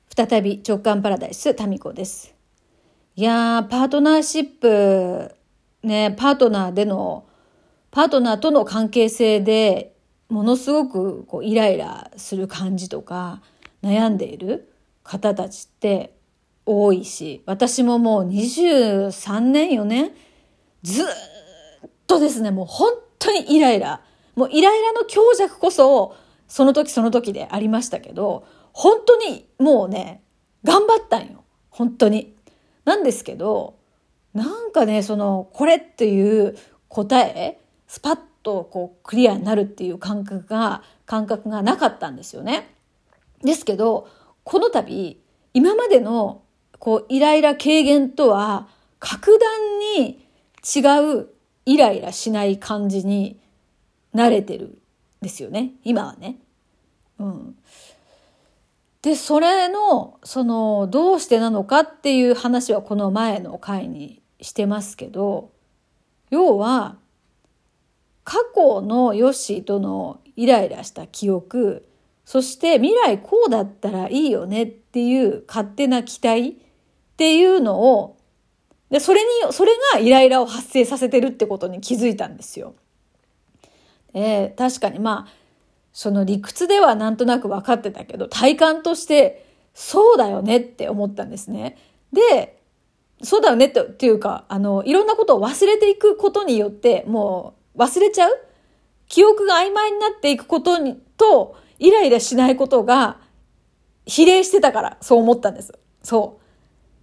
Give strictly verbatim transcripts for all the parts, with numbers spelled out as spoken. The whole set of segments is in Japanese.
再び直感パラダイスタミコです。いやーパートナーシップねパートナーでのパートナーとの関係性でものすごくこうイライラする感じとか悩んでいる方たちって多いし、私ももうにじゅうさんねんよねんずっとですね、もう本当にイライラもうイライラの強弱こそその時その時でありましたけど、本当にもうね頑張ったんよ本当に。なんですけどなんかねそのこれっていう答えスパッとこうクリアになるっていう感覚が感覚がなかったんですよね。ですけどこの度今までのこうイライラ軽減とは格段に違うイライラしない感じに慣れてるんですよね今はね。うん。でそれのそのどうしてなのかっていう話はこの前の回にしてますけど、要は過去のヨッシーとのイライラした記憶、そして未来こうだったらいいよねっていう勝手な期待っていうのを、でそれにそれがイライラを発生させてるってことに気づいたんですよ。えー、確かにまあその理屈ではなんとなく分かってたけど、体感としてそうだよねって思ったんですね。で、そうだよねって、っていうか、あの、いろんなことを忘れていくことによって、もう忘れちゃう記憶が曖昧になっていくことに、と、イライラしないことが比例してたから、そう思ったんです。そう。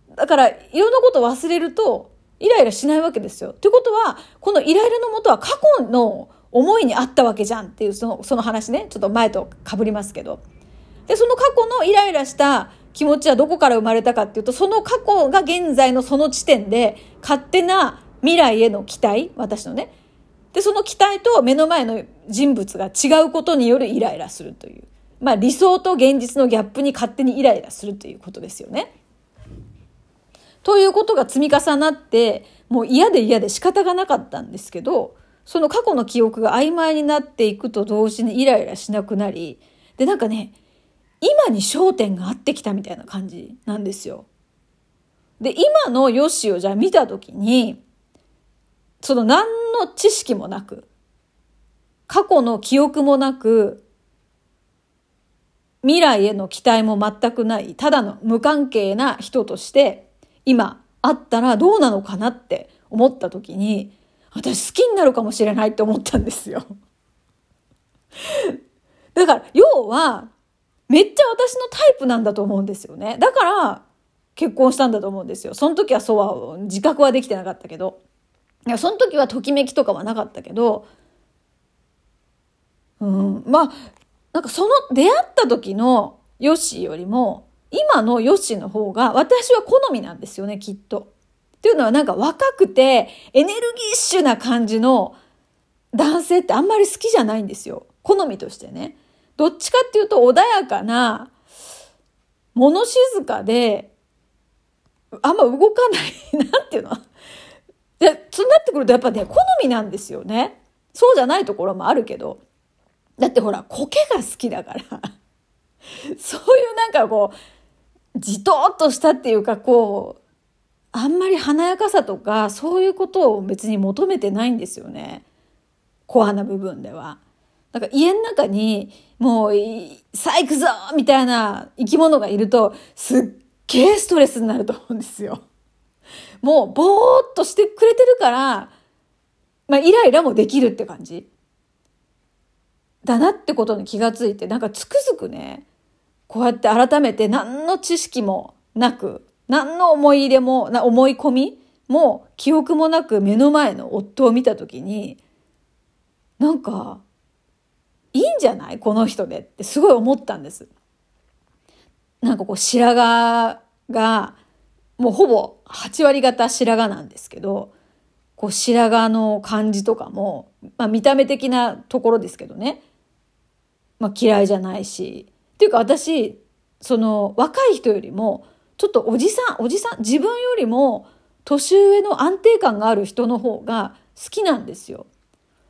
だから、いろんなことを忘れると、イライラしないわけですよ。ということは、このイライラのもとは過去の思いにあったわけじゃんっていうそのその話ね、ちょっと前と被りますけど、でその過去のイライラした気持ちはどこから生まれたかっていうと、その過去が現在のその地点で勝手な未来への期待、私のね、でその期待と目の前の人物が違うことによるイライラするという、まあ理想と現実のギャップに勝手にイライラするということですよね。ということが積み重なってもう嫌で嫌で仕方がなかったんですけど、その過去の記憶が曖昧になっていくと同時にイライラしなくなり、でなんかね今に焦点が合ってきたみたいな感じなんですよ。で今のヨッシーをじゃあ見た時に、その何の知識もなく過去の記憶もなく未来への期待も全くない、ただの無関係な人として今あったらどうなのかなって思った時に、私好きになるかもしれないって思ったんですよ。だから要はめっちゃ私のタイプなんだと思うんですよね。だから結婚したんだと思うんですよ。その時はそうは自覚はできてなかったけど、いやその時はときめきとかはなかったけど、うん、まあなんかその出会った時のヨッシーよりも今のヨッシーの方が私は好みなんですよね、きっと。っていうのはなんか若くてエネルギッシュな感じの男性ってあんまり好きじゃないんですよ。好みとしてね。どっちかっていうと穏やかな、物静かで、あんま動かない。なんていうので、そうなってくるとやっぱね、好みなんですよね。そうじゃないところもあるけど。だってほら、苔が好きだから。そういうなんかこう、じとっとしたっていうかこう、あんまり華やかさとかそういうことを別に求めてないんですよね。コアな部分では。だから家の中にもうさあ行くぞみたいな生き物がいるとすっげえストレスになると思うんですよ。もうぼーっとしてくれてるから、まあイライラもできるって感じだなってことに気がついて、なんかつくづくね、こうやって改めて何の知識もなく、何の思い入れも、な思い込みも記憶もなく目の前の夫を見たときに、なんかいいんじゃないこの人でってすごい思ったんです。なんかこう白髪がもうほぼはち割方白髪なんですけど、こう白髪の感じとかも、まあ見た目的なところですけどね、まあ嫌いじゃないし、っていうか私その若い人よりもちょっとおじさんおじさん自分よりも年上の安定感がある人の方が好きなんですよ。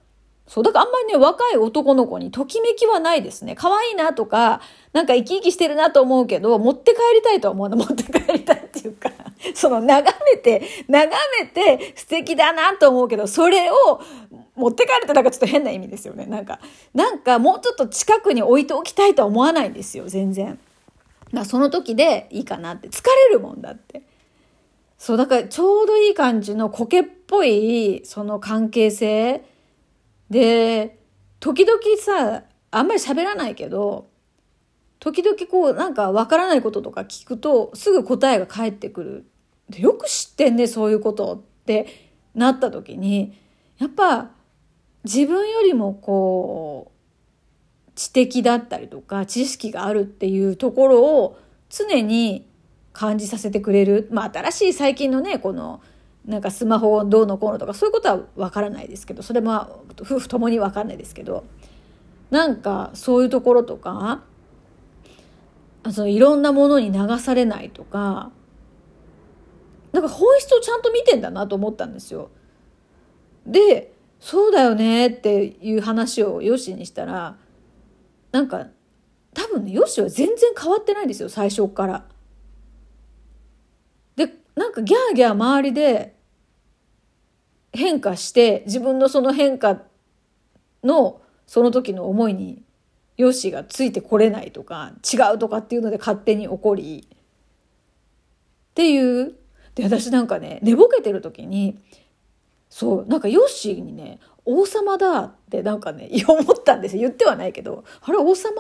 そう、だからあんまりね、若い男の子にときめきはないですね。可愛いなとか、なんか生き生きしてるなと思うけど、持って帰りたいとは思うの。持って帰りたいっていうか、その眺めて、眺めて素敵だなと思うけど、それを持って帰るってなんかちょっと変な意味ですよね。なんか、なんかもうちょっと近くに置いておきたいとは思わないんですよ、全然。だからその時でいいかなって。疲れるもんだって。そう、だからちょうどいい感じの苔っぽい、その関係性。で、時々さ、あんまり喋らないけど、時々こうなんかわからないこととか聞くとすぐ答えが返ってくる。で、よく知ってんね、そういうことってなった時に、やっぱ自分よりもこう知的だったりとか知識があるっていうところを常に感じさせてくれる。まあ新しい最近のね、このなんかスマホをどうのこうのとかそういうことはわからないですけど、それも夫婦ともにわかんないですけど、なんかそういうところとか、そのいろんなものに流されないとか、なんか本質をちゃんと見てんだなと思ったんですよ。で、そうだよねっていう話をヨッシーにしたら、なんか多分ね、ヨッシーは全然変わってないんですよ、最初から。で、なんかギャーギャー周りで変化して、自分のその変化のその時の思いにヨッシーがついてこれないとか違うとかっていうので勝手に怒りっていう。で、私なんかね、寝ぼけてる時に、そうなんかヨッシーにね、王様だってなんかね思ったんですよ。言ってはないけど、あれ王様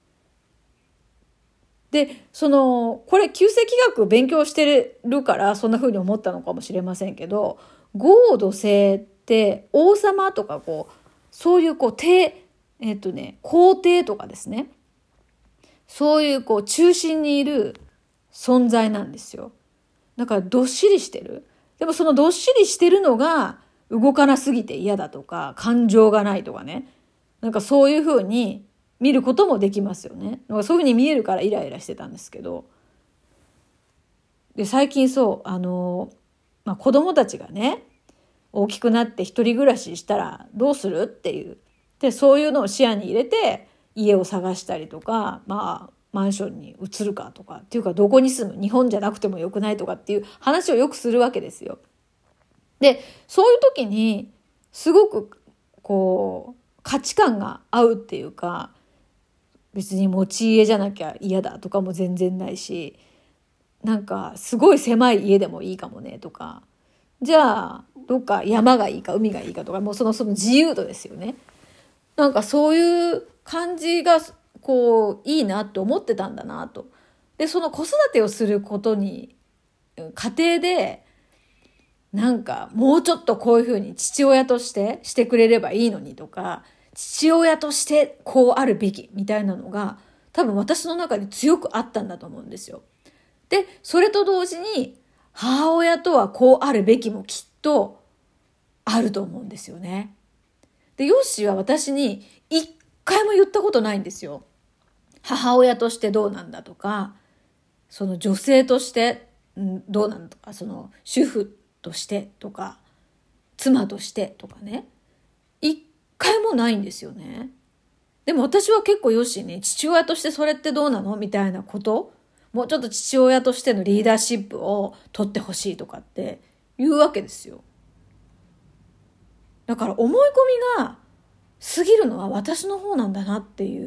で、そのこれ旧世紀学勉強してるからそんな風に思ったのかもしれませんけど、豪土星って王様とかこうそういうこう帝えっとね皇帝とかですね、そういうこう中心にいる存在なんですよ。だからどっしりしてる。でもそのどっしりしてるのが動かなすぎて嫌だとか、感情がないとかね。なんかそういうふうに見ることもできますよね。そういうふうに見えるからイライラしてたんですけど。で、最近そう、あの、まあ、子供たちがね、大きくなって一人暮らししたらどうするっていう。で、そういうのを視野に入れて家を探したりとか、まあ、マンションに移るかとかっていうか、どこに住む、日本じゃなくてもよくないとかっていう話をよくするわけですよ。で、そういう時にすごくこう価値観が合うっていうか、別に持ち家じゃなきゃ嫌だとかも全然ないし、なんかすごい狭い家でもいいかもねとか、じゃあどっか山がいいか海がいいかとか、もうそのその自由度ですよね。なんかそういう感じがこういいなって思ってたんだなと。で、その子育てをすることに家庭でなんかもうちょっとこういうふうに父親としてしてくれればいいのにとか、父親としてこうあるべきみたいなのが多分私の中で強くあったんだと思うんですよ。で、それと同時に母親とはこうあるべきもきっとあると思うんですよね。で、ヨッシーは私に一回も言ったことないんですよ。母親としてどうなんだとか、その女性としてどうなんだとか、その主婦としてとか、妻としてとかね。一回もないんですよね。でも私は結構ヨッシーに父親としてそれってどうなのみたいなこと、もうちょっと父親としてのリーダーシップを取ってほしいとかって言うわけですよ。だから思い込みが過ぎるのは私の方なんだなっていう。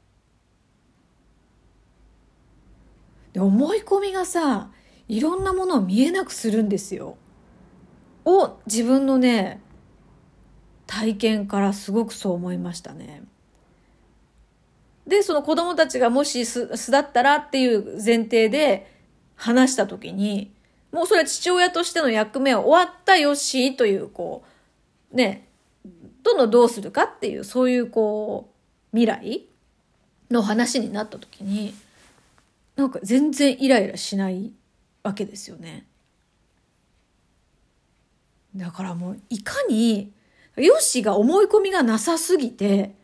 で、思い込みがさ、いろんなものを見えなくするんですよ。を自分のね、体験からすごくそう思いましたね。で、その子供たちがもし巣だったらっていう前提で話したときに、もうそれは父親としての役目は終わったよしという、こう、ね、どのどうするかっていう、そういうこう、未来の話になったときに、なんか全然イライラしないわけですよね。だからもういかに、ヨッシーが思い込みがなさすぎて、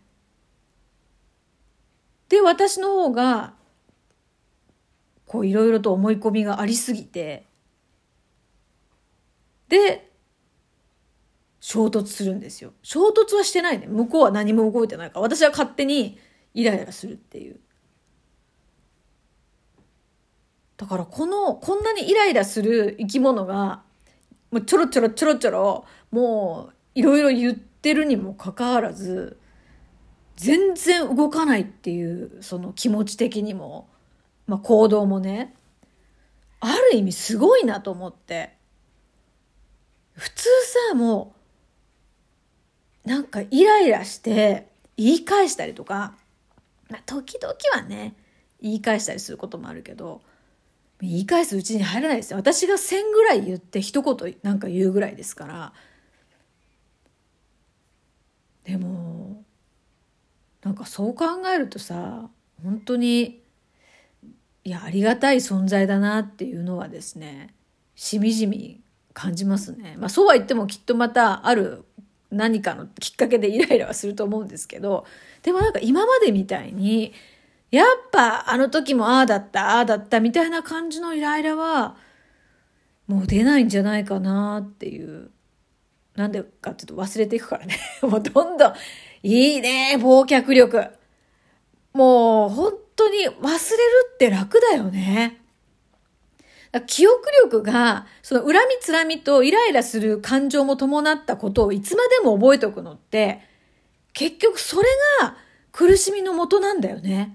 で、私の方が、こういろいろと思い込みがありすぎて、で、 衝突するんですよ。衝突はしてないね。向こうは何も動いてないから。私は勝手にイライラするっていう。だからこの、こんなにイライラする生き物が、もうちょろちょろちょろちょろ、もういろいろ言ってるにもかかわらず、全然動かないっていう、その気持ち的にも、まあ行動もね、ある意味すごいなと思って。普通さ、もう、なんかイライラして言い返したりとか、まあ時々はね、言い返したりすることもあるけど、言い返すうちに入らないですよ。私が千ぐらい言って一言なんか言うぐらいですから。でも、なんかそう考えるとさ、本当に、いや、ありがたい存在だなっていうのはですね、しみじみ感じますね。まあそうは言ってもきっとまたある何かのきっかけでイライラはすると思うんですけど、でもなんか今までみたいに、やっぱあの時もああだったああだったみたいな感じのイライラはもう出ないんじゃないかなっていう。なんでかっていうと忘れていくからね。もうどんどんいいね、忘却力。もう本当に忘れるって楽だよね。記憶力がその恨みつらみとイライラする感情も伴ったことをいつまでも覚えておくのって結局それが苦しみの元なんだよね。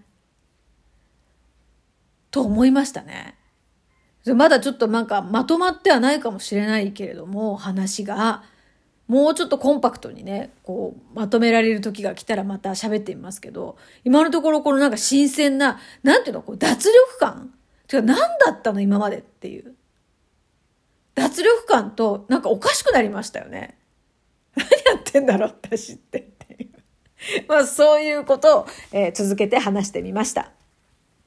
と思いましたね。まだちょっとなんかまとまってはないかもしれないけれども、話がもうちょっとコンパクトにね、こうまとめられる時が来たらまた喋ってみますけど、今のところこのなんか新鮮な、なんていうの、こう脱力感てか何だったの今までっていう。脱力感となんかおかしくなりましたよね。何やってんだろう私ってっていう。まあそういうことを、えー、続けて話してみました。